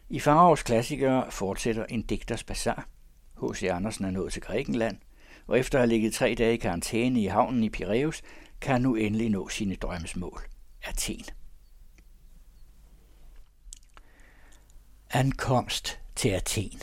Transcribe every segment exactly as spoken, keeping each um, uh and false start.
I Faraos klassikere fortsætter en digters bazar. H C Andersen er nået til Grækenland, og efter at have ligget tre dage i karantæne i havnen i Piræus, kan han nu endelig nå sine drømmesmål. Athen. Ankomst til Athen.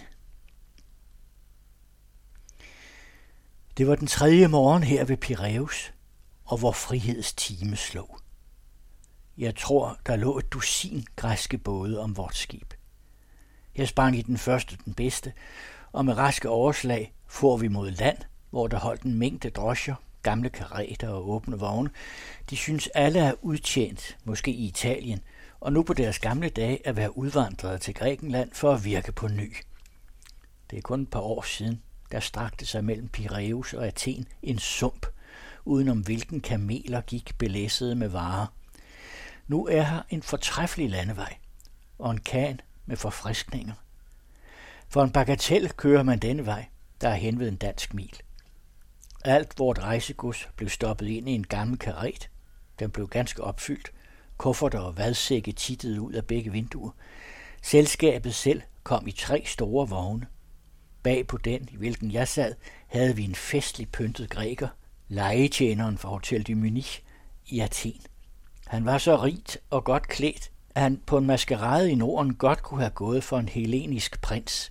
Det var den tredje morgen her ved Piræus, og vor friheds time slog. Jeg tror, der lå et dusin græske både om vort skib. Jeg sprang i den første den bedste, og med raske overslag for vi mod land, hvor der holdt en mængde drosjer, gamle karreter og åbne vogne. De synes alle er udtjent, måske i Italien, og nu på deres gamle dage at være udvandret til Grækenland for at virke på ny. Det er kun et par år siden, der strakte sig mellem Piræus og Athen en sump, udenom hvilken kameler gik belæssede med varer. Nu er her en fortræffelig landevej og en kan med forfriskninger. For en bagatel kører man denne vej, der er hen ved en dansk mil. Alt vort rejsegods blev stoppet ind i en gammel karret. Den blev ganske opfyldt. Kufferter og vadsække tittede ud af begge vinduer. Selskabet selv kom i tre store vogne. Bag på den, i hvilken jeg sad, havde vi en festlig pyntet græker, legetjeneren fra Hotel du Munich i Athen. Han var så rigt og godt klædt, at han på en maskerade i Norden godt kunne have gået for en hellenisk prins.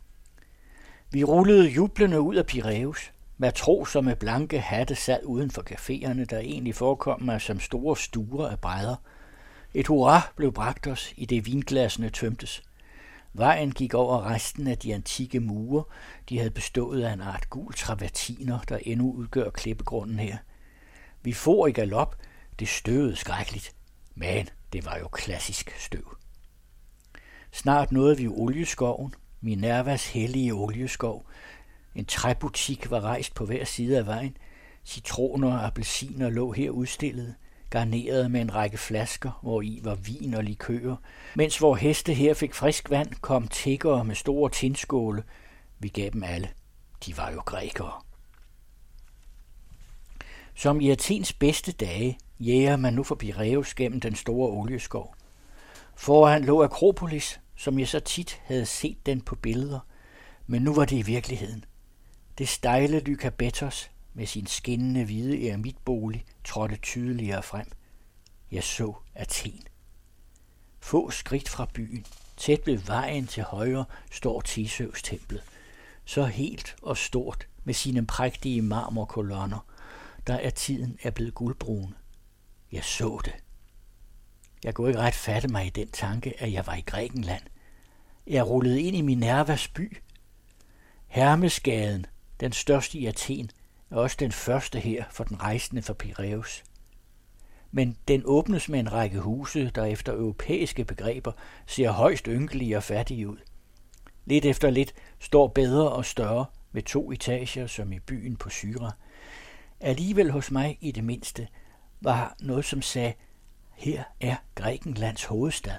Vi rullede jublende ud af Piræus. Matroser med blanke hatte sad uden for caféerne, der egentlig forekom mig som store stuer af brædder. Et hurra blev bragt os, i det vinglassene tømtes. Vejen gik over resten af de antikke mure. De havde bestået af en art gul travertiner, der endnu udgør klippegrunden her. Vi for i galop. Det støvede skrækkeligt, men det var jo klassisk støv. Snart nåede vi olieskoven, Minervas hellige olieskov. En træbutik var rejst på hver side af vejen. Citroner og appelsiner lå her udstillet, garneret med en række flasker, hvor i var vin og likører. Mens vor heste her fik frisk vand, kom tiggere med store tindskåle. Vi gav dem alle. De var jo grækere. Som i Athens bedste dage jæger man nu forbi Piræus gennem den store olieskov. Foran lå Akropolis, som jeg så tit havde set den på billeder, men nu var det i virkeligheden. Det stejle Lykabetos med sin skinnende hvide eremitbolig trådte tydeligere frem. Jeg så Athen. Få skridt fra byen, tæt ved vejen til højre, står Theseus templet. Så helt og stort med sine prægtige marmorkolonner, der er tiden er blevet guldbrune. Jeg så det. Jeg kunne ikke ret fatte mig i den tanke, at jeg var i Grækenland. Jeg rullede ind i Minervas by. Hermesgaden, den største i Athen, er også den første her for den rejsende fra Piræus. Men den åbnes med en række huse, der efter europæiske begreber ser højst ynkelige og fattige ud. Lidt efter lidt står bedre og større med to etager som i byen på Syra. Alligevel hos mig i det mindste var noget, som sagde, her er Grækenlands hovedstad.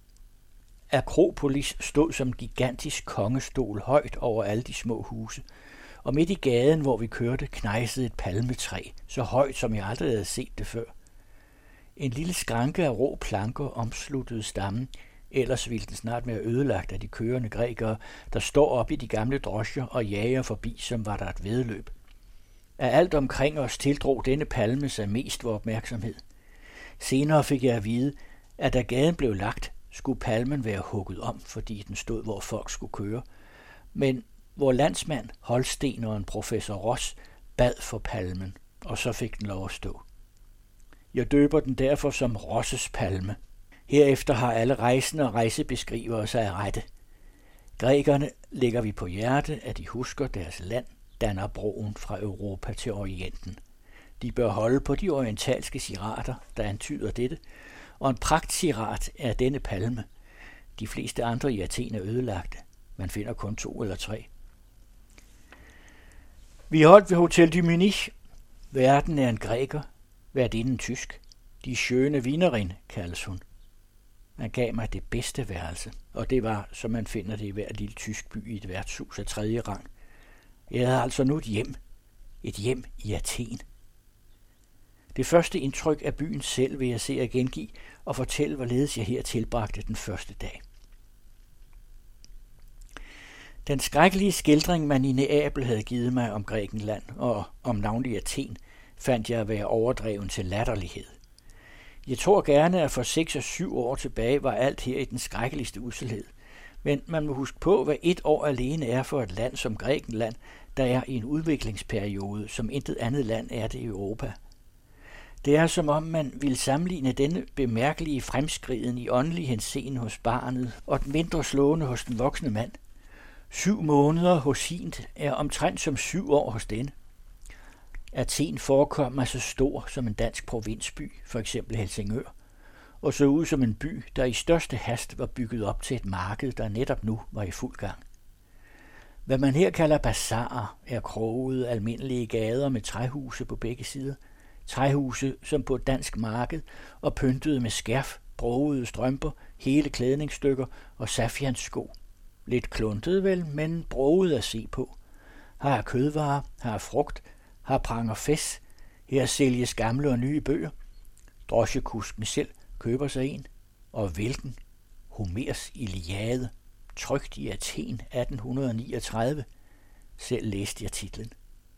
Akropolis stod som gigantisk kongestol højt over alle de små huse, og midt i gaden, hvor vi kørte, knejsede et palmetræ, så højt som jeg aldrig havde set det før. En lille skranke af rå planker omsluttede stammen, ellers ville den snart være ødelagt af de kørende grækere, der står op i de gamle drosjer og jager forbi, som var der et væddeløb. Af alt omkring os tildrog denne palme sig mest vor opmærksomhed. Senere fik jeg at vide, at da gaden blev lagt, skulle palmen være hugget om, fordi den stod, hvor folk skulle køre. Men vor landsmand, holsteneren professor Ross, bad for palmen, og så fik den lov at stå. Jeg døber den derfor som Rosses palme. Herefter har alle rejsende og rejsebeskrivere sig af rette. Grækerne lægger vi på hjerte, at de husker deres land, danner broen fra Europa til Orienten. De bør holde på de orientalske sirater, der antyder dette, og en pragtsirat er denne palme. De fleste andre i Athen er ødelagte. Man finder kun to eller tre. Vi holdt ved Hotel du Munich. Verden er en græker, værtinden tysk. De skønne Wienerin, kaldes hun. Man gav mig det bedste værelse, og det var, som man finder det i hver lille tysk by i et værtshus af tredje rang. Jeg havde altså nu et hjem. Et hjem i Athen. Det første indtryk af byen selv vil jeg se at gengive og fortælle, hvorledes jeg her tilbragte den første dag. Den skrækkelige skildring, man i Neapel havde givet mig om Grækenland og om navnlig Athen, fandt jeg at være overdreven til latterlighed. Jeg tror gerne, at for seks og syv år tilbage var alt her i den skrækkeligste usselhed. Men man må huske på, hvad et år alene er for et land som Grækenland, der er i en udviklingsperiode, som intet andet land er det i Europa. Det er som om man ville sammenligne denne bemærkelige fremskriden i åndelig henseende hos barnet og den mindre slående hos den voksne mand. Syv måneder hos hint er omtrent som syv år hos denne. Athen forekom mig så stor som en dansk provinsby, for eksempel Helsingør, og så ud som en by, der i største hast var bygget op til et marked, der netop nu var i fuld gang. Hvad man her kalder bazarer, er krogede, almindelige gader med træhuse på begge sider. Træhuse som på et dansk marked og pyntede med skærf, brogede strømper, hele klædningsstykker og safiansko. Lidt kluntede vel, men broget at se på. Her er kødvarer, her er frugt, her pranger fes, her sælges gamle og nye bøger. Drosjekusken selv køber sig en, og hvilken? Homers Iliade, trykt i Athen atten niogtredive. Selv læste jeg titlen.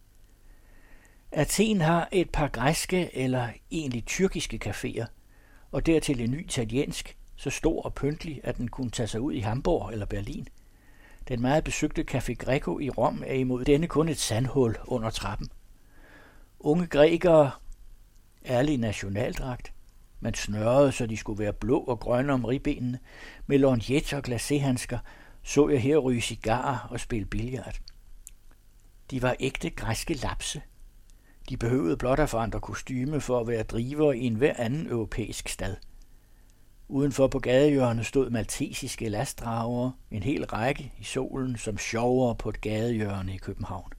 Athen har et par græske eller egentlig tyrkiske caféer, og dertil en ny italiensk, så stor og pyntelig, at den kunne tage sig ud i Hamburg eller Berlin. Den meget besøgte Café Greco i Rom er imod denne kun et sandhul under trappen. Unge grækere, ærlig nationaldragt. Man snørrede, så de skulle være blå og grønne om ribbenene. Med lorgnet og glacéhandsker så jeg her ryge cigarer og spille billard. De var ægte græske lapse. De behøvede blot at forandre kostyme for at være driver i en hver anden europæisk stad. Udenfor på gadehjørnet stod maltesiske lastdragere, en hel række i solen som sjovere på et gadehjørne i København.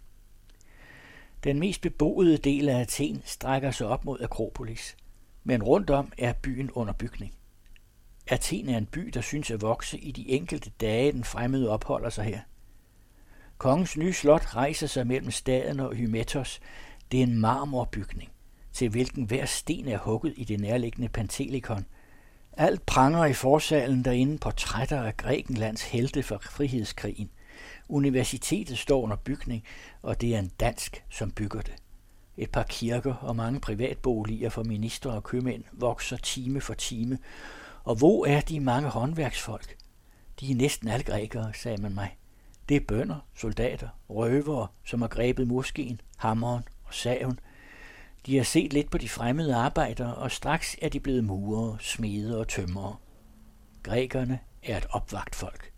Den mest beboede del af Athen strækker sig op mod Akropolis, men rundt om er byen under bygning. Athen er en by, der synes at vokse i de enkelte dage, den fremmede opholder sig her. Kongens nye slot rejser sig mellem staden og Hymettos. Det er en marmorbygning, til hvilken hver sten er hugget i det nærliggende Pantelikon. Alt pranger i forsalen derinde portrætter af Grækenlands helte for frihedskrigen. Universitetet står under bygning, og det er en dansk, som bygger det. Et par kirker og mange privatboliger for ministre og købmænd vokser time for time. Og hvor er de mange håndværksfolk? De er næsten alle grækere, sagde man mig. Det er bønder, soldater, røvere, som har grebet murskeen, hammeren og saven. De har set lidt på de fremmede arbejdere, og straks er de blevet murere, smede og tømrere. Grækerne er et opvagt folk.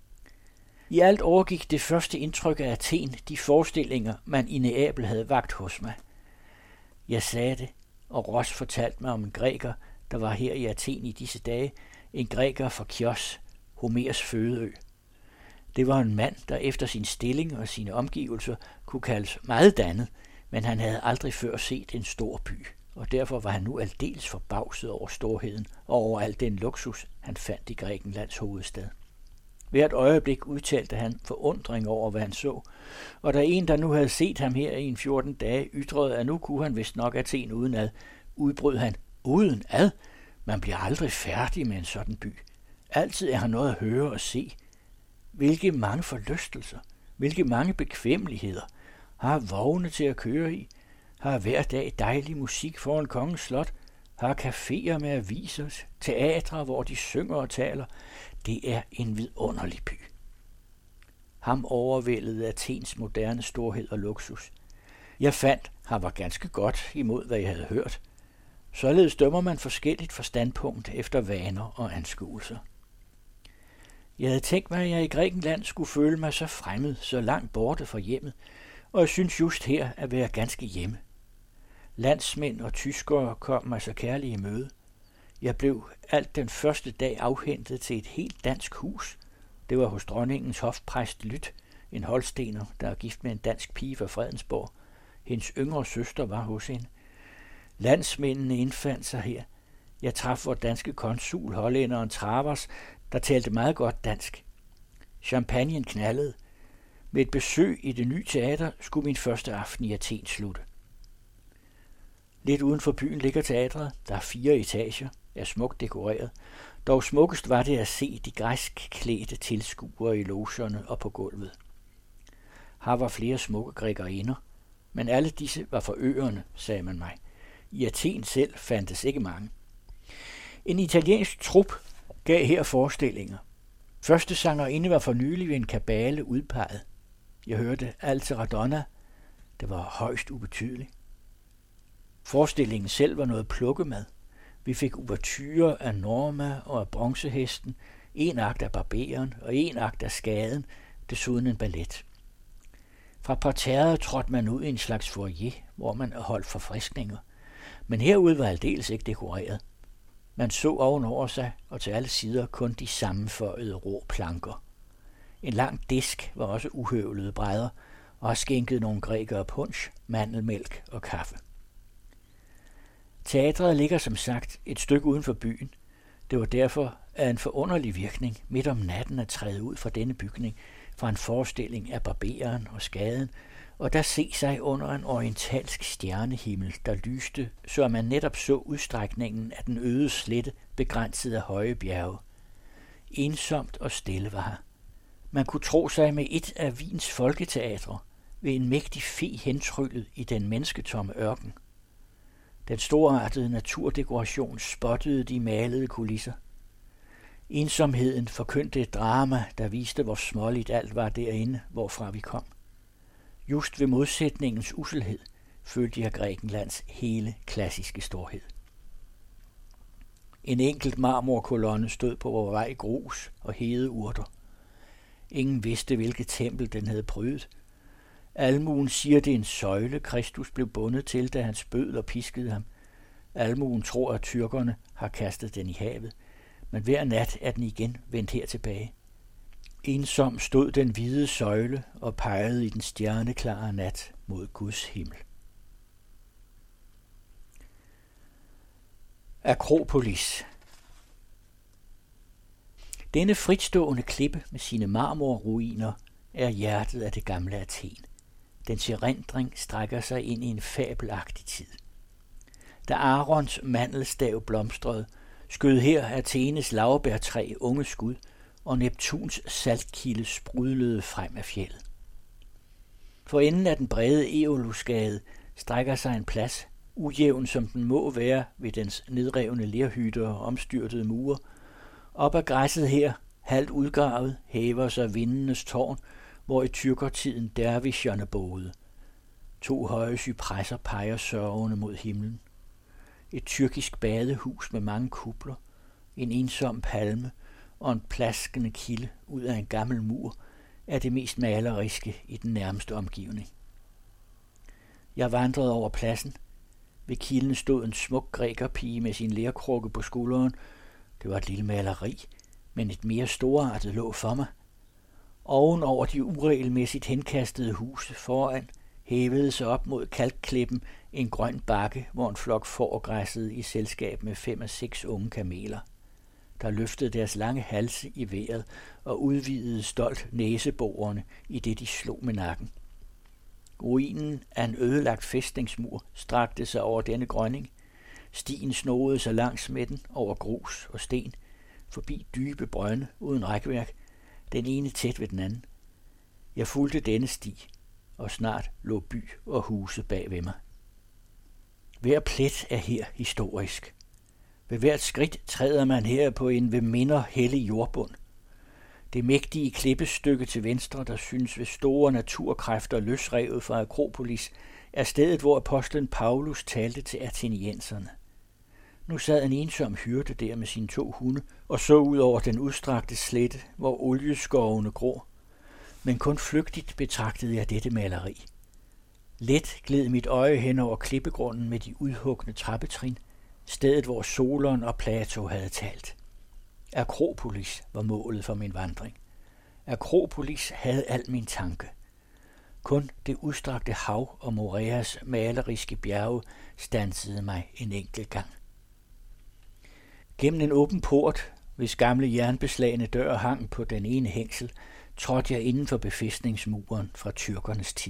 I alt overgik det første indtryk af Athen de forestillinger, man i Neapel havde vagt hos mig. Jeg sagde det, og Ross fortalte mig om en græker, der var her i Athen i disse dage, en græker fra Chios, Homers fødeø. Det var en mand, der efter sin stilling og sine omgivelser kunne kaldes meget dannet, men han havde aldrig før set en stor by, og derfor var han nu aldeles forbavset over storheden og over al den luksus, han fandt i Grækenlands hovedstad. Hvert øjeblik udtalte han forundring over, hvad han så, og da en, der nu havde set ham her i en fjorten dage, ytrede, at nu kunne han vist nok Athen udenad, udbrød han, uden ad, man bliver aldrig færdig med en sådan by. Altid er han noget at høre og se. Hvilke mange forlystelser, hvilke mange bekvemmeligheder, har vogne til at køre i, har hver dag dejlig musik foran kongens slot, har caféer med aviser, teatre, hvor de synger og taler. Det er en vidunderlig by. Ham overvældede Athens moderne storhed og luksus. Jeg fandt, han var ganske godt imod, hvad jeg havde hørt. Således dømmer man forskelligt fra standpunkt efter vaner og anskuelser. Jeg havde tænkt mig, at jeg i Grækenland skulle føle mig så fremmed, så langt borte fra hjemmet, og jeg synes just her at være ganske hjemme. Landsmænd og tyskere kom mig så kærligt i møde. Jeg blev alt den første dag afhentet til et helt dansk hus. Det var hos dronningens hofpræst Lyt, en holstener, der er gift med en dansk pige fra Fredensborg. Hendes yngre søster var hos hende. Landsmændene indfandt sig her. Jeg traf vor danske konsul, hollænderen Travers, der talte meget godt dansk. Champagnen knaldede. Med et besøg i det nye teater skulle min første aften i Athen slutte. Lidt uden for byen ligger teatret. Der er fire etager, er smukt dekoreret. Dog smukkest var det at se de græsk klædte tilskuere i logerne og på gulvet. Her var flere smukke grækerinder, men alle disse var fra øerne, sagde man mig. I Athen selv fandtes ikke mange. En italiensk trup gav her forestillinger. Første sangerinde var for nylig ved en kabale udpeget. Jeg hørte Alta Radonna. Det var højst ubetydeligt. Forestillingen selv var noget plukkemad. Vi fik ouverturer af Norma og af Bronzehesten, en akt af Barberen og en akt af Skaden, desuden en ballet. Fra parterret trådte man ud i en slags foyer, hvor man holdt forfriskninger. Men herude var aldeles ikke dekoreret. Man så ovenover sig og til alle sider kun de sammenføjede rå planker. En lang disk var også uhøvlede brædder og har skænket nogle grækere punch, mandelmælk og kaffe. Teatret ligger som sagt et stykke uden for byen. Det var derfor af en forunderlig virkning midt om natten at træde ud fra denne bygning fra en forestilling af Barberen og Skaden, og der se sig under en orientalsk stjernehimmel, der lyste, så man netop så udstrækningen af den øde slette, begrænset af høje bjerge. Ensomt og stille var her. Man kunne tro sig med et af Wiens folketeatre ved en mægtig fe hentryllet i den mennesketomme ørken. Den storartede naturdekoration spottede de malede kulisser. Ensomheden forkyndte et drama, der viste, hvor småligt alt var derinde, hvorfra vi kom. Just ved modsætningens usselhed følte jeg Grækenlands hele klassiske storhed. En enkelt marmorkolonne stod på vor vej grus og hede urter. Ingen vidste, hvilket tempel den havde prydet. Almuen siger, det er en søjle, Kristus blev bundet til, da han spød og piskede ham. Almuen tror, at tyrkerne har kastet den i havet, men hver nat er den igen vendt her tilbage. Ensom stod den hvide søjle og pegede i den stjerneklare nat mod Guds himmel. Akropolis. Denne fritstående klippe med sine marmorruiner er hjertet af det gamle Athen. Dens erindring strækker sig ind i en fabelagtig tid. Da Arons mandelstav blomstrede, skød her Athenes laurbærtræ unge skud, og Neptuns saltkilde sprudlede frem af fjeldet. For enden af den brede Eolusgade strækker sig en plads, ujævn som den må være ved dens nedrevne lerhytter og omstyrtede mure. Op ad græsset her, halvt udgravet, hæver sig vindenes tårn, hvor i tyrkertiden dervisherne boede. To høje cypresser peger sørgende mod himlen. Et tyrkisk badehus med mange kupler, en ensom palme og en plaskende kilde ud af en gammel mur er det mest maleriske i den nærmeste omgivning. Jeg vandrede over pladsen. Ved kilden stod en smuk grækerpige med sin lerkrukke på skulderen. Det var et lille maleri, men et mere storartet lå for mig. Oven over de uregelmæssigt henkastede huse foran hævede sig op mod kalkklippen en grøn bakke, hvor en flok får græssede i selskab med fem af seks unge kameler, der løftede deres lange halse i vejret og udvidede stolt næseborene, i det de slog med nakken. Ruinen af en ødelagt fæstningsmur strakte sig over denne grønning. Stien snoede sig langs med den over grus og sten, forbi dybe brønde uden rækværk, den ene tæt ved den anden. Jeg fulgte denne sti, og snart lå by og huse bag ved mig. Hver plet er her historisk. Ved hvert skridt træder man her på en ved minder hellig jordbund. Det mægtige klippestykke til venstre, der synes ved store naturkræfter løsrevet fra Akropolis, er stedet, hvor apostlen Paulus talte til athenienserne. Nu sad en ensom hyrde der med sine to hunde og så ud over den udstrakte slette, hvor olieskovene gror. Men kun flygtigt betragtede jeg dette maleri. Let gled mit øje hen over klippegrunden med de udhugne trappetrin, stedet hvor Solon og Plato havde talt. Akropolis var målet for min vandring. Akropolis havde al min tanke. Kun det udstrakte hav og Moreas maleriske bjerge standsede mig en enkelt gang. Gennem en åben port, hvis gamle jernbeslagne dør hang på den ene hængsel, trådte jeg inden for befæstningsmuren fra tyrkernes tid.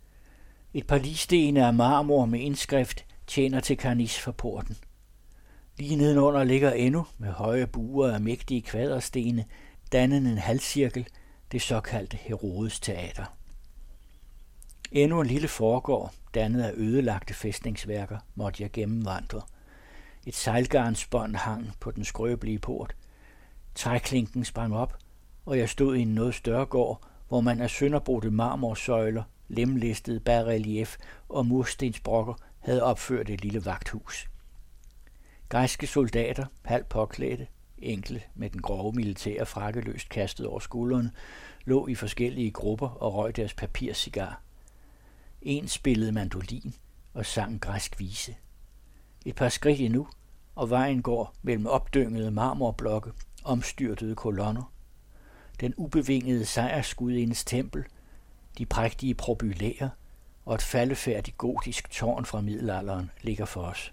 Et par ligstene af marmor med indskrift tjener til karnis for porten. Lige nedenunder ligger endnu med høje buer af mægtige kvaderstene, dannende en halvcirkel, det såkaldte Herodes Teater. Endnu en lille forgård, dannet af ødelagte fæstningsværker, måtte jeg gennemvandre. Et sejlgarnsbånd hang på den skrøbelige port. Træklinken sprang op, og jeg stod i en noget større gård, hvor man af sønderbrudte marmorsøjler, lemlæstede bas-relief og murstensbrokker havde opført et lille vagthus. Græske soldater, halvt påklædte, enkle med den grove militære frakke løst kastet over skuldrene, lå i forskellige grupper og røg deres papircigar. En spillede mandolin og sang græsk vise. Et par skridt endnu, og vejen går mellem opdyngede marmorblokke, omstyrtede kolonner. Den ubevingede sejrsgudindes tempel, de prægtige probylæer og et faldefærdigt gotisk tårn fra middelalderen ligger for os.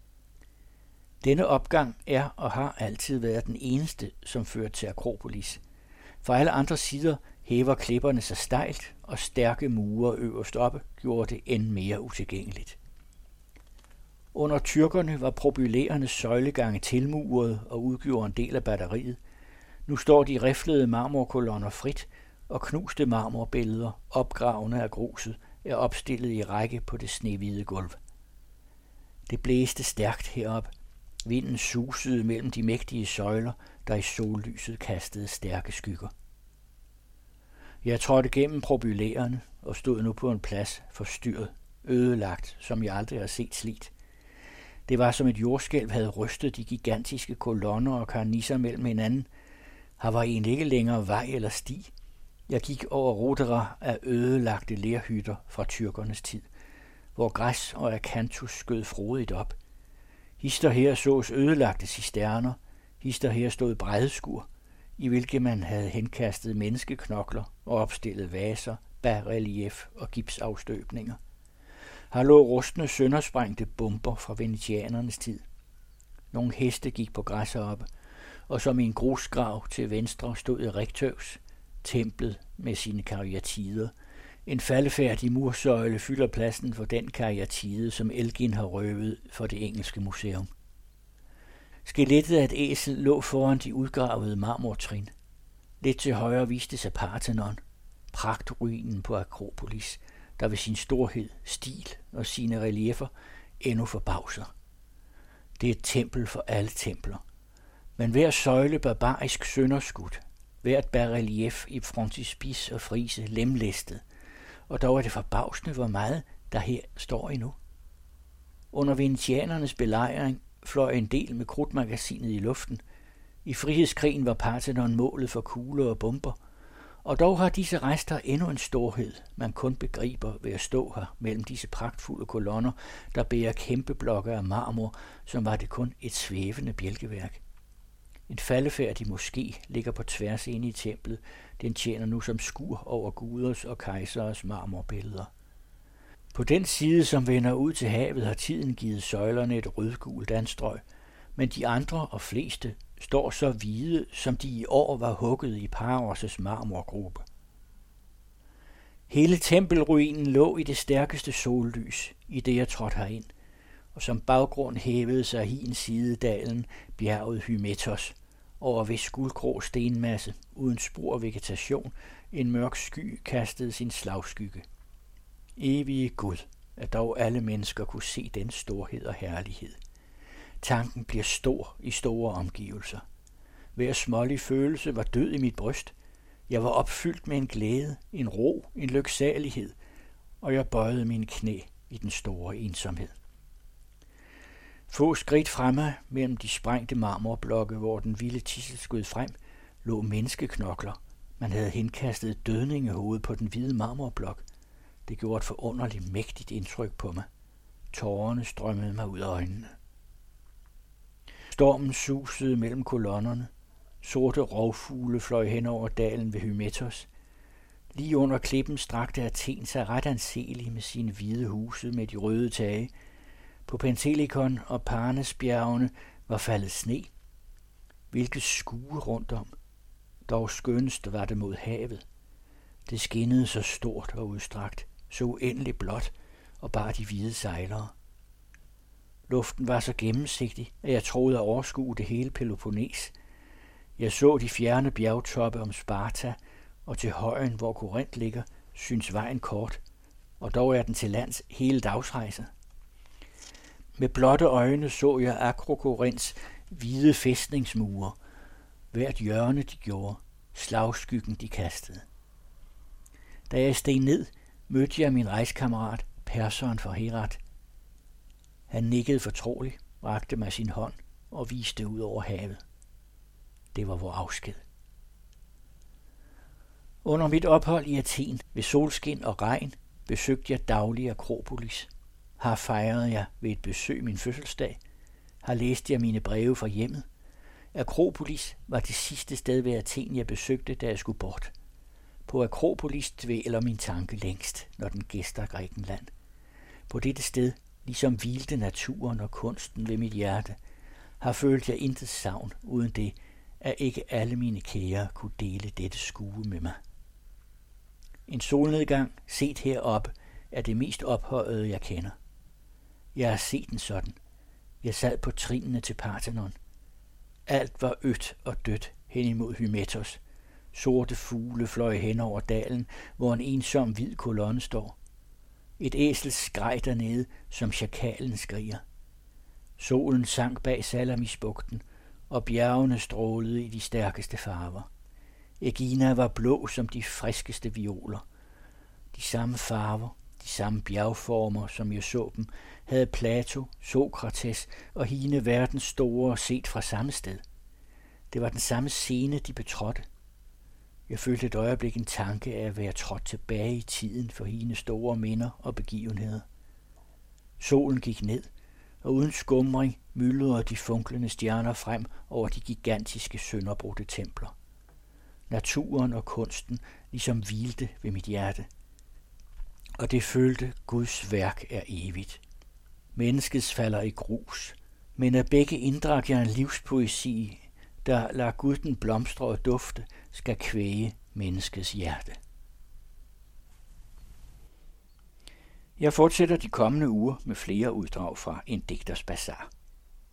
Denne opgang er og har altid været den eneste, som fører til Akropolis. For alle andre sider hæver klipperne sig stejlt, og stærke mure øverst oppe gjorde det end mere utilgængeligt. Under tyrkerne var probylæernes søjlegange tilmuret og udgjorde en del af batteriet. Nu står de riflede marmorkolonner frit, og knuste marmorbilleder, opgravne af gruset, er opstillet i række på det snehvide gulv. Det blæste stærkt herop. Vinden susede mellem de mægtige søjler, der i sollyset kastede stærke skygger. Jeg trådte gennem probylæerne og stod nu på en plads forstyrret, ødelagt, som jeg aldrig har set slidt. Det var som et jordskælv havde rystet de gigantiske kolonner og karnisser mellem hinanden. Her var egentlig ikke længere vej eller sti. Jeg gik over ruterer af ødelagte lerhytter fra tyrkernes tid, hvor græs og akantus skød frodigt op. Hister her sås ødelagte cisterner, hister her stod brædeskur, i hvilke man havde henkastet menneskeknokler og opstillet vaser, bas-relief og gipsafstøbninger. Her lå rustne søndersprængte bomber fra venetianernes tid. Nogle heste gik på græs oppe, og som i en grusgrav til venstre stod Erektøvs, templet med sine karyatider. En faldefærdig mursøjle fylder pladsen for den karyatide, som Elgin har røvet for det engelske museum. Skelettet af et æsel lå foran de udgravede marmortrin. Lidt til højre viste sig Parthenon, pragtruinen på Akropolis, der ved sin storhed, stil og sine reliefer endnu forbavser. Det er et tempel for alle templer, men hver søjle barbarisk sønderskudt, hvert bas-relief i frontispice og frise lemlæstet, og dog er det forbavsende, hvor meget der her står endnu. Under venetianernes belejring fløj en del med krudtmagasinet i luften. I frihedskrigen var Parthenon målet for kugler og bomber, og dog har disse rester endnu en storhed, man kun begriber ved at stå her mellem disse pragtfulde kolonner, der bærer kæmpe blokke af marmor, som var det kun et svævende bjælkeværk. En faldefærdig moské ligger på tværs inde i templet. Den tjener nu som skur over guders og kejseres marmorbilleder. På den side, som vender ud til havet, har tiden givet søjlerne et rødgult anstrøg, men de andre og fleste står så hvide, som de i år var hugget i Paros' marmorgruppe. Hele tempelruinen lå i det stærkeste sollys, i det jeg trådte herind, og som baggrund hævede sig hin sidedalen bjerget Hymettos, over hvis guldgrå stenmasse, uden spor af vegetation, en mørk sky kastede sin slagskygge. Evige Gud, at dog alle mennesker kunne se den storhed og herlighed. Tanken bliver stor i store omgivelser. Hver smålig følelse var død i mit bryst. Jeg var opfyldt med en glæde, en ro, en lyksalighed, og jeg bøjede mine knæ i den store ensomhed. Få skridt fremme mellem de sprængte marmorblokke, hvor den vilde tidsel skød frem, lå menneskeknokler. Man havde henkastet et dødningehoved på den hvide marmorblok. Det gjorde et forunderligt mægtigt indtryk på mig. Tårerne strømmede mig ud af øjnene. Stormen susede mellem kolonnerne. Sorte rovfugle fløj hen over dalen ved Hymettos. Lige under klippen strakte Athen sig ret anselig med sine hvide huse med de røde tage. På Pentelikon og Parnesbjergene var faldet sne. Hvilket skue rundt om. Dog skønnest var det mod havet. Det skinnede så stort og udstrakt, så uendeligt blåt, og bare de hvide sejlere. Luften var så gennemsigtig, at jeg troede at overskue det hele Peloponnes. Jeg så de fjerne bjergtoppe om Sparta, og til højen, hvor Korinth ligger, synes vejen kort, og dog er den til lands hele dagsrejse. Med blotte øjne så jeg Akrokorinths hvide fæstningsmure, hvert hjørne de gjorde, slagskyggen de kastede. Da jeg steg ned, mødte jeg min rejskammerat, Perseren fra Herat. Han nikkede fortroligt, rakte mig sin hånd og viste ud over havet. Det var vor afsked. Under mit ophold i Athen ved solskin og regn besøgte jeg daglig Akropolis. Her fejrede jeg ved et besøg min fødselsdag. Her læste jeg mine breve fra hjemmet. Akropolis var det sidste sted ved Athen, jeg besøgte, da jeg skulle bort. På Akropolis dvæler min tanke længst, når den gæster Grækenland. På dette sted, ligesom hvilte naturen og kunsten ved mit hjerte, har følt jeg intet savn uden det, at ikke alle mine kære kunne dele dette skue med mig. En solnedgang set heroppe er det mest ophøjede, jeg kender. Jeg har set den sådan. Jeg sad på trinene til Parthenon. Alt var ødt og dødt hen imod Hymettos. Sorte fugle fløj hen over dalen, hvor en ensom hvid kolonne står. Et æsel skreg dernede, som sjakalen skriger. Solen sank bag Salamisbugten, og bjergene strålede i de stærkeste farver. Ægina var blå som de friskeste violer. De samme farver, de samme bjergformer, som jeg så dem, havde Plato, Sokrates og hine verdens store set fra samme sted. Det var den samme scene, de betrådte. Jeg følte et øjeblik en tanke af at være trådt tilbage i tiden for hine store minder og begivenheder. Solen gik ned, og uden skumring myldrede de funklende stjerner frem over de gigantiske sønderbrudte templer. Naturen og kunsten ligesom hvilte ved mit hjerte, og det følte Guds værk er evigt. Menneskets falder i grus, men af begge inddrak jeg en livspoesi, der lader Gud den blomstre og dufte, skal kvæge menneskets hjerte. Jeg fortsætter de kommende uger med flere uddrag fra En digters bazar.